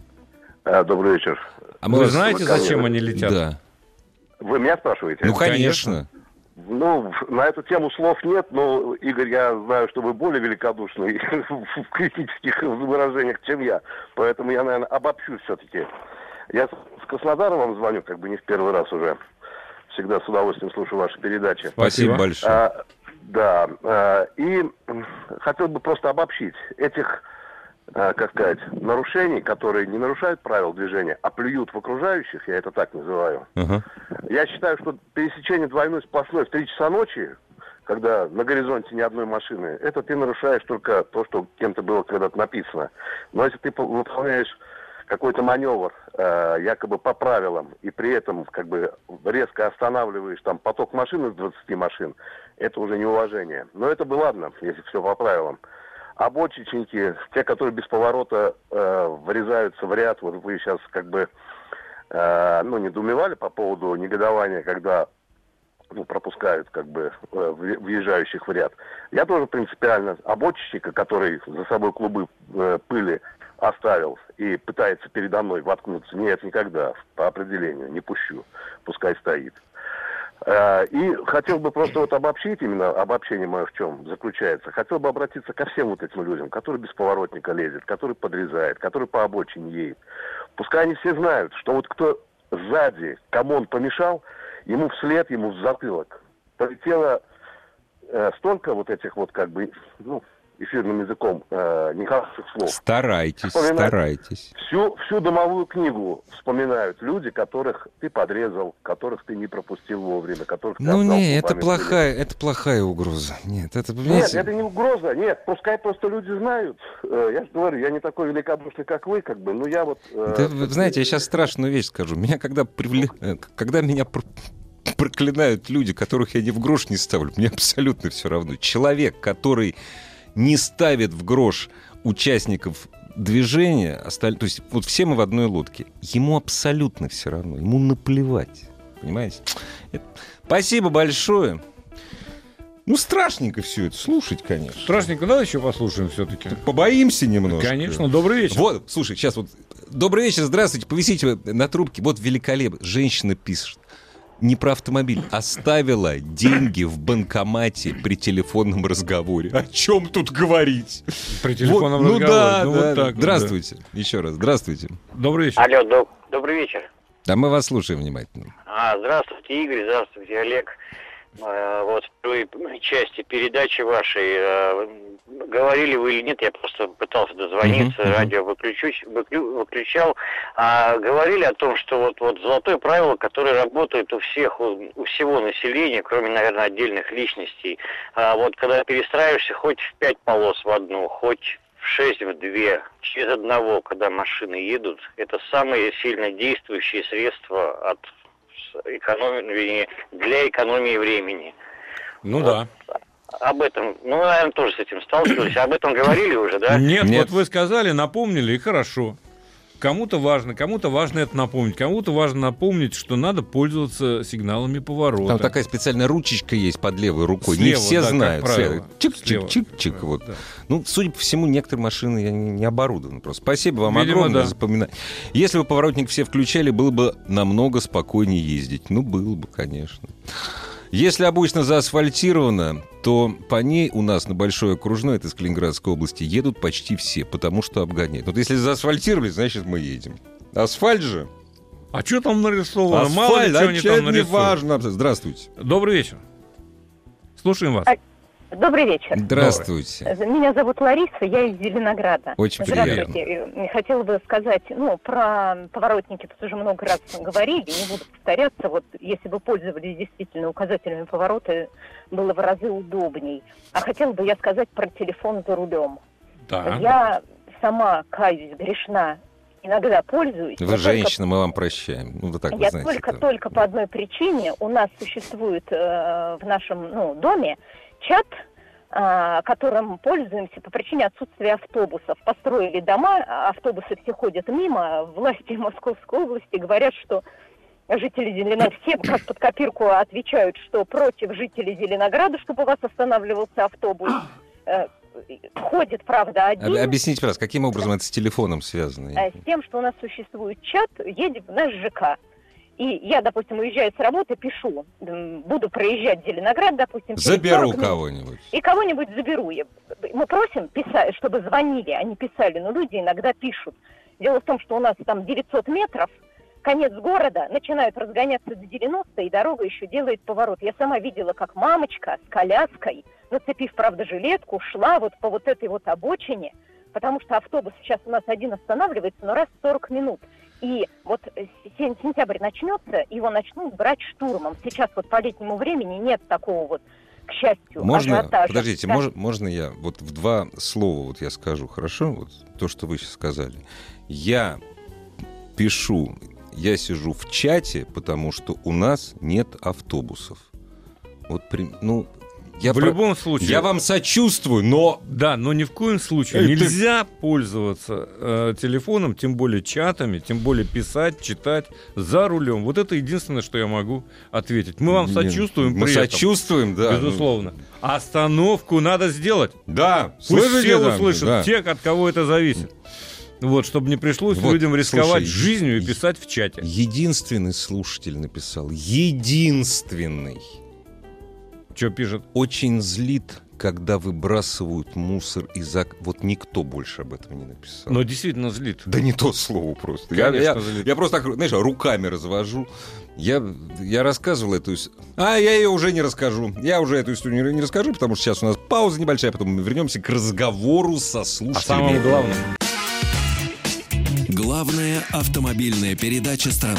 S8: А, добрый вечер.
S2: А мы
S3: Вы
S2: вас-
S3: знаете,
S8: ко мне-
S3: зачем они летят?
S2: Да.
S8: Вы меня спрашиваете?
S2: Ну,
S3: конечно.
S2: конечно.
S8: Ну, на эту тему слов нет, но, Игорь, я знаю, что вы более великодушный в критических выражениях, чем я. Поэтому я, наверное, обобщу все-таки. Я с Краснодара вам звоню, как бы не в первый раз уже. Всегда с удовольствием слушаю ваши передачи.
S2: Спасибо
S3: Спасибо.
S2: большое.
S8: А, да, а, и м, хотел бы просто обобщить. Этих, а, как сказать, нарушений, которые не нарушают правил движения, а плюют в окружающих, я это так называю.
S2: Ага.
S8: Я считаю, что пересечение двойной сплошной в три часа ночи, когда на горизонте ни одной машины, это ты нарушаешь только то, что кем-то было когда-то написано. Но если ты по- выполняешь какой-то маневр, э, якобы по правилам, и при этом как бы резко останавливаешь там поток машин из двадцати машин, это уже неуважение. Но это бы ладно, если все по правилам. Обочечники, те, которые без поворота э, врезаются в ряд, вот вы сейчас как бы э, ну, недоумевали по поводу негодования, когда ну, пропускают как бы э, въ- въезжающих в ряд. Я тоже принципиально обочечника, который за собой клубы э, пыли оставил и пытается передо мной воткнуться, нет, никогда, по определению, не пущу, пускай стоит. Э, И хотел бы просто вот обобщить, именно обобщение мое в чем заключается. Хотел бы обратиться ко всем вот этим людям, которые без поворотника лезет, который подрезает, который по обочине едет. Пускай они все знают, что вот кто сзади, кому он помешал, ему вслед, ему в затылок полетело э, столько вот этих вот как бы, ну, эфирным языком э, нехороших слов.
S2: Старайтесь,
S8: Вспоминать.
S2: старайтесь.
S8: Всю, всю домовую книгу вспоминают люди, которых ты подрезал, которых ты не пропустил вовремя, которых ты
S2: Ну
S8: обдал
S2: не, это
S8: зубами
S2: плохая, это плохая угроза. Нет, это,
S8: пыли. Нет,
S2: понимаете,
S8: это не угроза, нет, пускай просто люди знают. Э, Я же говорю, я не такой великодушный, как вы, как бы, но я вот... э,
S2: да, вы знаете, я сейчас страшную вещь скажу. Меня когда привле- э, когда меня пр- проклинают люди, которых я ни в грош не ставлю, мне абсолютно все равно. Человек, который не ставит в грош участников движения, осталь- то есть вот все мы в одной лодке, ему абсолютно все равно, ему наплевать, понимаете? Это- Спасибо большое. Ну, страшненько все это слушать, конечно.
S3: Страшненько, давай еще послушаем все-таки.
S2: Побоимся немножко.
S3: Конечно, добрый вечер.
S2: Вот, слушай, сейчас вот. Добрый вечер, здравствуйте, повисите вы на трубке. Вот великолепно. Женщина пишет. Не про автомобиль. Оставила деньги в банкомате при телефонном разговоре. О чем тут говорить?
S3: При телефонном
S2: Вот, ну
S3: разговоре.
S2: да,
S3: Ну,
S2: да.
S3: вот так вот,
S2: Здравствуйте. Еще раз. Здравствуйте.
S3: да. Добрый вечер.
S9: Алло, доб- добрый вечер.
S2: Да мы вас слушаем внимательно.
S9: А, здравствуйте, Игорь, здравствуйте, Олег. Вот в первой части передачи вашей, говорили вы или нет, я просто пытался дозвониться, uh-huh, uh-huh. радио выключусь, выклю, выключал, а говорили о том, что вот, вот золотое правило, которое работает у всех, у, у всего населения, кроме, наверное, отдельных личностей, а вот когда перестраиваешься хоть в пять полос в одну, хоть в шесть в две, через одного, когда машины едут, это самые сильно действующие средства от экономии, для экономии времени.
S3: Ну вот. Да.
S9: Об этом, ну, наверное, тоже с этим сталкивались. Об этом говорили уже, да?
S3: Нет,
S2: Нет.
S3: Вот вы сказали, напомнили, и хорошо. Кому-то важно, кому-то важно это напомнить, кому-то важно напомнить, что надо пользоваться сигналами поворота.
S2: Там такая специальная ручечка есть под левой рукой.
S3: Слева,
S2: не все
S3: да,
S2: знают. Чик-чик-чик-чик.
S3: Да,
S2: вот.
S3: да.
S2: Ну, судя по всему, некоторые машины не, не оборудованы просто. Спасибо вам
S3: Видимо,
S2: огромное
S3: да.
S2: за запоминание. Если бы поворотник все включали, было бы намного спокойнее ездить. Ну, было бы, конечно. Если обычно заасфальтировано, то по ней у нас на Большой Окружной, это из Калининградской области, едут почти все, потому что обгоняют. Вот если заасфальтировали, значит, мы едем. Асфальт же.
S3: А что там нарисовано?
S2: Асфальт,
S3: Мало ли, что
S2: а
S3: они
S2: чё,
S3: там
S2: это не
S3: нарисованы.
S2: важно. Здравствуйте.
S3: Добрый вечер. Слушаем вас.
S10: Добрый вечер.
S2: Здравствуйте.
S10: Меня зовут Лариса, я из Зеленограда.
S2: Очень
S10: Здравствуйте.
S2: приятно.
S10: Хотела бы сказать, ну, про поворотники тут уже много раз говорили, не буду повторяться. Вот если бы пользовались действительно указателями поворота, было в разы удобней. А хотела бы я сказать про телефон за рулем.
S3: Да.
S10: Я сама, каюсь, грешна, иногда пользуюсь.
S2: Вы женщина, мы вам прощаем. Ну, вы так, вы
S10: Я
S2: знаете,
S10: только,
S2: это...
S10: только по одной причине. У нас существует э, в нашем ну, доме чат, э, которым пользуемся по причине отсутствия автобусов. Построили дома, автобусы все ходят мимо. Власти Московской области говорят, что жители Зеленограда, все как под копирку отвечают, что против жителей Зеленограда, чтобы у вас останавливался автобус. Э, ходит, правда, один.
S2: Объясните, пожалуйста, каким образом это с телефоном связано?
S10: С тем, что у нас существует чат, едет в наш ЖК. И я, допустим, уезжаю с работы, пишу, буду проезжать Зеленоград, допустим.
S2: Заберу кого-нибудь.
S10: И кого-нибудь заберу. Мы просим писать, чтобы звонили, а не писали, но люди иногда пишут. Дело в том, что у нас там девятьсот метров, конец города, начинают разгоняться до девяноста, и дорога еще делает поворот. Я сама видела, как мамочка с коляской, нацепив, правда, жилетку, шла вот по вот этой вот обочине, потому что автобус сейчас у нас один останавливается, но раз в сорок минут. И вот сентябрь начнется, его начнут брать штурмом. Сейчас вот по летнему времени нет такого вот, к счастью,
S2: можно,
S10: ажиотажа.
S2: подождите,
S10: да.
S2: мож, можно я вот в два слова вот я скажу, хорошо? Вот то, что вы сейчас сказали. Я пишу, я сижу в чате, потому что у нас нет автобусов. Вот, ну... Я
S3: в
S2: про...
S3: любом случае.
S2: Я вам сочувствую, но...
S3: Да, но ни в коем случае
S2: Эй,
S3: нельзя ты... пользоваться э, телефоном, тем более чатами, тем более писать, читать за рулем. Вот это единственное, что я могу ответить. Мы вам сочувствуем
S2: Мы
S3: при
S2: сочувствуем,
S3: этом,
S2: да.
S3: Безусловно. Остановку надо сделать.
S2: Да.
S3: Пусть
S2: Слышите,
S3: все
S2: там,
S3: услышат,
S2: да.
S3: те, от кого это зависит. Вот, чтобы не пришлось
S2: вот,
S3: людям рисковать
S2: слушай,
S3: жизнью и писать в чате.
S2: Единственный слушатель написал. Единственный.
S3: Что пишет?
S2: Очень злит, когда выбрасывают мусор из окна. Вот никто больше об этом не написал.
S3: Но действительно злит.
S2: Да не то слово просто.
S3: Конечно,
S2: я, я,
S3: злит.
S2: я просто так, знаешь, руками развожу. Я, я рассказывал эту историю. А, я ее уже не расскажу. Я уже эту историю не, не расскажу, потому что сейчас у нас пауза небольшая, потом мы вернемся к разговору со слушателями.
S3: А самое главное.
S1: Главная автомобильная передача страны.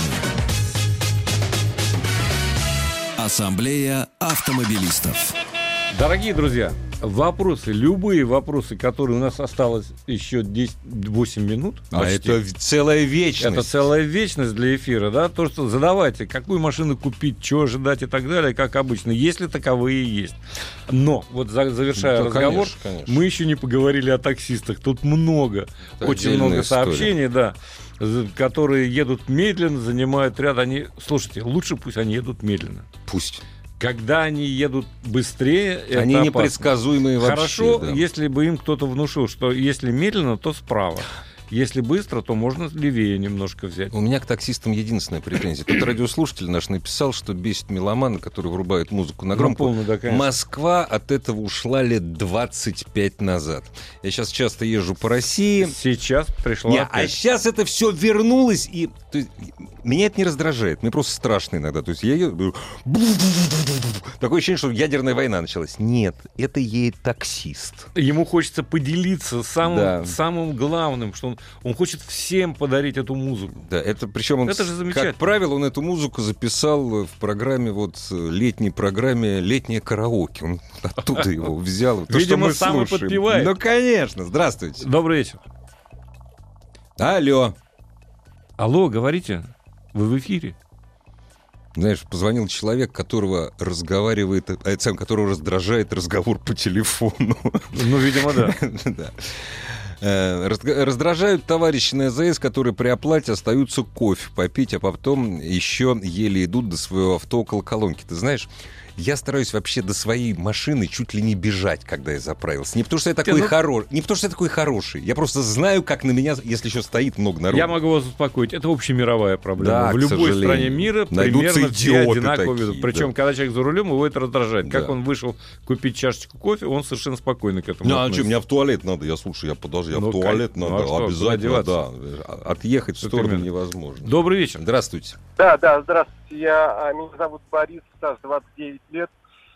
S1: Ассамблея автомобилистов.
S3: Дорогие друзья, вопросы, любые вопросы, которые у нас осталось еще десять, восемь минут.
S2: А
S3: почти.
S2: это целая вечность.
S3: Это целая вечность для эфира, да? То, что задавайте, какую машину купить, чего ожидать и так далее, как обычно, если таковые есть. Но, вот завершая
S2: да,
S3: разговор,
S2: конечно, конечно.
S3: мы еще не поговорили о таксистах. Тут много,
S2: это
S3: очень много
S2: история.
S3: сообщений, да, которые едут медленно, занимают ряд. Они, слушайте, лучше пусть они едут медленно.
S2: Пусть.
S3: Когда они едут быстрее,
S2: они
S3: это
S2: непредсказуемые вообще.
S3: Хорошо,
S2: да.
S3: если бы им кто-то внушил, что если медленно, то справа. Если быстро, то можно левее немножко взять.
S2: У меня к таксистам единственная претензия. Тут радиослушатель наш написал, что бесит меломаны, которые врубают музыку на громкую.
S3: Ну, полно, да, конечно.
S2: Москва от этого ушла лет двадцать пять назад. Я сейчас часто езжу по России.
S3: Сейчас пришло
S2: Не,
S3: опять.
S2: а сейчас это все вернулось, и то есть, меня это не раздражает, мне просто страшно иногда. То есть я еду, такое ощущение, что ядерная война началась. Нет, это едет таксист.
S3: Ему хочется поделиться самым,
S2: Да.
S3: самым главным, что он, он хочет всем подарить эту музыку.
S2: Да, это причем он,
S3: Это же замечательно.
S2: как правило, он эту музыку записал в программе, вот летней программе «Летнее караоке». Он оттуда его взял. То,
S3: Видимо,
S2: что мы
S3: сам и
S2: слушаем.
S3: подпевает.
S2: Ну, конечно. Здравствуйте.
S3: Добрый вечер.
S2: Алло.
S3: Алло, говорите. Вы в эфире.
S2: Знаешь, позвонил человек, которого разговаривает, а сам которого раздражает разговор по телефону.
S3: Ну, видимо, да.
S2: Да. Э, разг- Раздражают товарищи на АЗС, которые при оплате остаются кофе попить, а потом еще еле идут до своего авто около колонки. Ты знаешь, я стараюсь вообще до своей машины чуть ли не бежать, когда я заправился. Не потому что я такой
S3: ну-
S2: хороший, не потому что я такой хороший. Я просто знаю, как на меня, если еще стоит много народу.
S3: Я могу вас успокоить. Это общемировая проблема.
S2: Да,
S3: в
S2: к
S3: любой
S2: сожалению.
S3: стране мира
S2: Найдутся
S3: примерно все
S2: идиоты
S3: одинаково
S2: такие,
S3: ведут. Причем,
S2: да.
S3: когда человек за рулем, его это раздражает. Как
S2: Да.
S3: он вышел купить чашечку кофе, он совершенно спокойно к этому
S2: Ну, а
S3: относится.
S2: что, мне в туалет надо, я слушаю, я подожди, я
S3: Ну,
S2: в туалет
S3: кай- ну,
S2: надо,
S3: а что,
S2: обязательно,
S3: куда
S2: да. Отъехать в
S3: Что
S2: сторону
S3: именно?
S2: невозможно.
S3: Добрый вечер.
S2: Здравствуйте.
S11: Да, да, здравствуйте. Я, а, меня зовут Борис, стаж двадцать девять лет.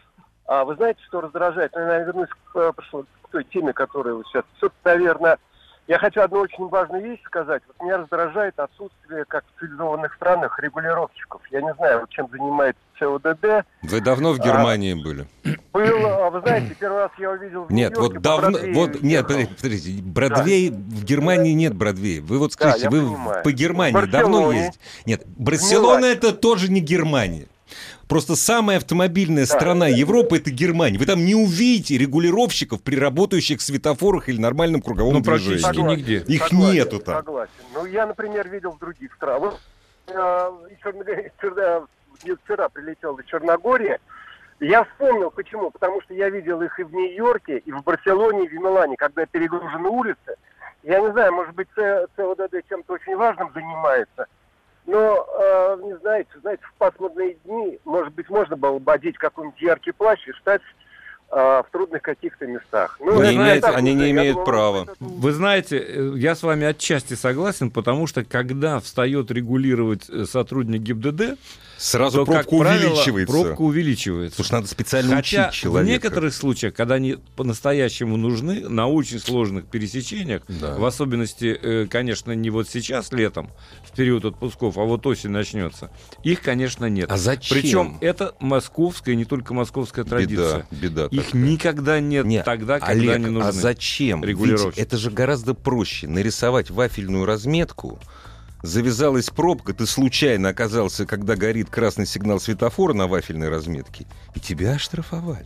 S11: А, вы знаете, что раздражает? Ну, я вернусь к, э, прошло- к той теме, которая вот сейчас. Все-таки, наверное, я хочу одну очень важную вещь сказать. Вот меня раздражает отсутствие, как в цивилизованных странах, регулировщиков. Я не знаю, вот чем занимается ЦОДД.
S2: Вы давно в Германии были?
S11: Был, а, вы знаете, первый раз я увидел в
S2: Нет,
S11: Нью-Йорке
S2: вот
S11: по
S2: давно,
S11: Бродвею
S2: вот, нет,
S11: ехал.
S2: подождите, подождите, Бродвей, в Германии нет Бродвея. Вы вот
S11: Да,
S2: скажите,
S11: я
S2: вы
S11: понимаю.
S2: по Германии
S11: В
S2: давно
S11: Барселоне.
S2: ездите? Нет, Барселона
S11: Милане.
S2: это тоже не Германия. Просто самая автомобильная
S11: Да.
S2: страна Европы — это Германия. Вы там не увидите регулировщиков при работающих светофорах или нормальном круговом
S3: Ну,
S2: движении.
S3: практически нигде.
S2: Их
S11: Согласен,
S2: нету там.
S11: Согласен. Ну, я, например, видел в других странах. Вот, э, из Черногории- Черно- я вчера прилетел из Черногории. Я вспомнил, почему. Потому что я видел их и в Нью-Йорке, и в Барселоне, и в Милане, когда перегружены улицы. Я не знаю, может быть, Ц- ЦОДД чем-то очень важным занимается. Но, э, не знаете, знаете, в пасмурные дни, может быть, можно было бы одеть какой-нибудь яркий плащ и стать э, в трудных каких-то местах. Ну,
S2: Не
S11: это
S2: имеют-
S11: так
S2: они
S11: уже,
S2: не
S11: я
S2: имеют
S11: думаю,
S2: права.
S11: это-
S3: Вы знаете, э, я с вами отчасти согласен, потому что когда встает регулировать э, сотрудник ГИБДД,
S2: Сразу
S3: то, как
S2: пробка
S3: правило,
S2: увеличивается.
S3: пробка увеличивается.
S2: Потому что надо специально
S3: Хотя
S2: учить человека.
S3: в некоторых случаях, когда они по-настоящему нужны, на очень сложных пересечениях,
S2: Да.
S3: в особенности, э, конечно, не вот сейчас, летом, в период отпусков, а вот осень начнется, их, конечно, нет.
S2: А зачем?
S3: Причем это московская, не только московская традиция.
S2: Беда, беда
S3: Их
S2: такая.
S3: никогда нет
S2: Нет,
S3: тогда, когда
S2: Олег,
S3: они нужны.
S2: а зачем?
S3: Регулировщик.
S2: Ведь это же гораздо проще. Нарисовать вафельную разметку, завязалась пробка, ты случайно оказался, когда горит красный сигнал светофора на вафельной разметке, и тебя оштрафовали.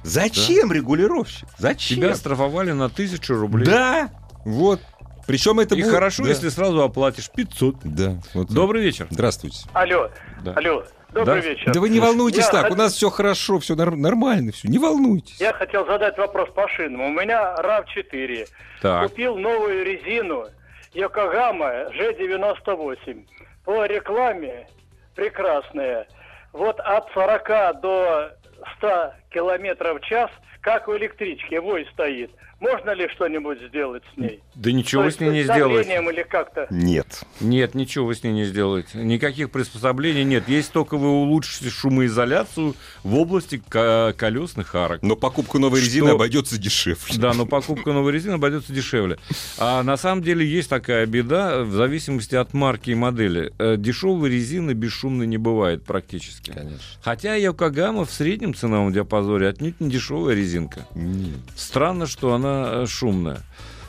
S2: Зачем регулировщик? Зачем?
S3: Тебя штрафовали на тысячу рублей.
S2: Да, вот. Причем это
S3: И
S2: будет-
S3: хорошо,
S2: да.
S3: если сразу оплатишь пятьсот.
S2: Да. Вот.
S3: Добрый вечер.
S2: Здравствуйте.
S11: Алло,
S3: Да.
S11: алло, добрый
S3: Да?
S11: вечер.
S2: Да вы не волнуйтесь
S11: Я
S2: так,
S11: хот-
S2: у нас все хорошо, все нормально, все. Не волнуйтесь.
S11: Я хотел задать вопрос по шинам. У меня рав четыре.
S3: Так.
S11: Купил новую резину Йокогама джи девяносто восемь. По рекламе прекрасная. Вот от сорока до ста километров в час, как у электрички, вой стоит. Можно ли что-нибудь сделать с ней?
S3: Да ничего
S11: То
S3: вы
S11: есть
S3: с ней не
S11: с
S3: сделаете.
S11: давлением или как-то?
S2: Нет.
S3: Нет, ничего вы с ней не сделаете. Никаких приспособлений нет. Есть только вы улучшите шумоизоляцию в области ко- колесных арок.
S2: Но покупка новой резины
S3: Что-
S2: обойдется дешевле.
S3: Да, но покупка новой резины обойдется дешевле. А на самом деле есть такая беда, в зависимости от марки и модели. Э, Дешевой резины бесшумной не бывает практически.
S2: Конечно.
S3: Хотя Йокогама в среднем ценовом диапазоне отнюдь не дешевая резинка.
S2: Нет.
S3: Странно, что она э, шумная.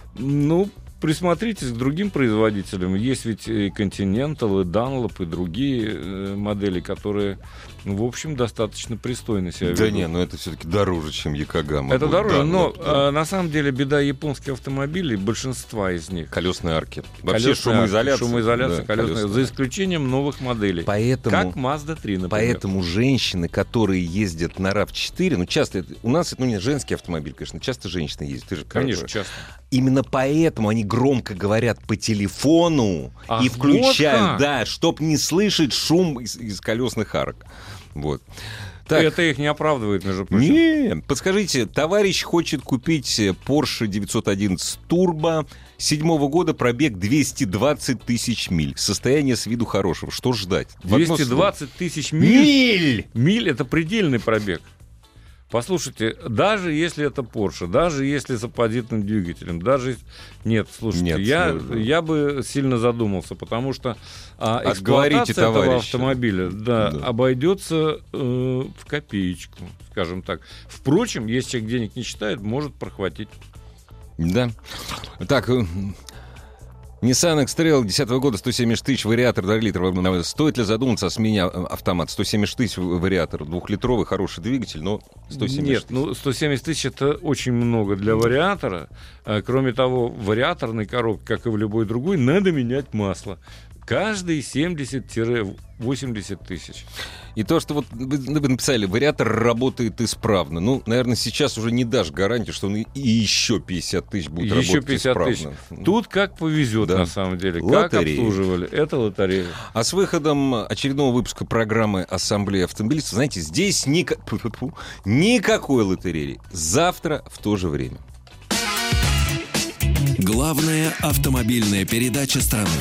S3: Ну, присмотритесь к другим производителям. Есть ведь и Continental, и Dunlop, и другие э, модели, которые, ну, в общем, достаточно пристойно себя
S2: Да
S3: ведут.
S2: не, но это все-таки дороже, чем Якогама.
S3: Это
S2: будет.
S3: дороже,
S2: Да,
S3: но
S2: вот, да.
S3: э, на самом деле беда японских автомобилей, большинства из них.
S2: Колесные арки. Вообще
S3: Колесные
S2: шумоизоляция.
S3: арки, шумоизоляция
S2: Да,
S3: колесная,
S2: колесные
S3: за
S2: арки.
S3: исключением новых моделей.
S2: Поэтому,
S3: Как Mazda три, например.
S2: поэтому женщины, которые ездят на рав четыре, ну часто, это- у нас это, ну не женский автомобиль, конечно, часто женщины ездят. Ты же
S3: Конечно,
S2: как-
S3: часто.
S2: Именно поэтому они громко говорят по телефону
S3: Ах,
S2: и включают,
S3: вот как?
S2: да, чтоб не слышать шум из, из колесных арок. Вот. Так.
S3: Это их не оправдывает, между прочим.
S2: Не, подскажите, товарищ хочет купить Porsche девятьсот одиннадцать Turbo седьмого года, пробег двести двадцать тысяч миль. Состояние с виду хорошего. Что ждать?
S3: двести двадцать тысяч миль?
S2: Миль!
S3: Миль — это предельный пробег. Послушайте, даже если это Porsche, даже если с аппозитным двигателем, даже... Нет, слушайте,
S2: Нет,
S3: я,
S2: нет.
S3: я бы сильно задумался, потому что а,
S2: Отговорите
S3: эксплуатация этого
S2: товарища.
S3: автомобиля да,
S2: Да.
S3: обойдется э, в копеечку, скажем так. Впрочем, если человек денег не считает, может прохватить.
S2: Да. Так, э, Nissan X-Trail две тысячи десятого года, сто семьдесят тысяч, вариатор два литра. Стоит ли задуматься о смене автомата? сто семьдесят тысяч вариатор, двухлитровый, хороший двигатель, но сто семьдесят
S3: Нет,
S2: тысяч.
S3: ну сто семьдесят тысяч — это очень много для вариатора. А, кроме того, в вариаторной коробке, как и в любой другой, надо менять масло. Каждые семьдесят-восемьдесят тысяч.
S2: И то, что вот вы вы написали, вариатор работает исправно. Ну, наверное, сейчас уже не дашь гарантию, что он и еще пятьдесят тысяч будет
S3: Еще
S2: работать
S3: пятьдесят тысяч.
S2: исправно.
S3: Тут как повезет,
S2: Да.
S3: на самом деле.
S2: Лотерея.
S3: Как обслуживали. Это лотерея.
S2: А с выходом очередного выпуска программы «Ассамблея автомобилистов», знаете, здесь ника- Фу-фу-фу, никакой лотереи. Завтра в то же время.
S1: Главная автомобильная передача страны.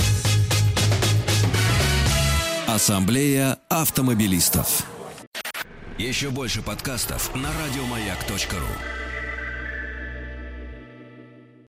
S1: Ассамблея автомобилистов. Еще больше подкастов на радиомаяк точка ру.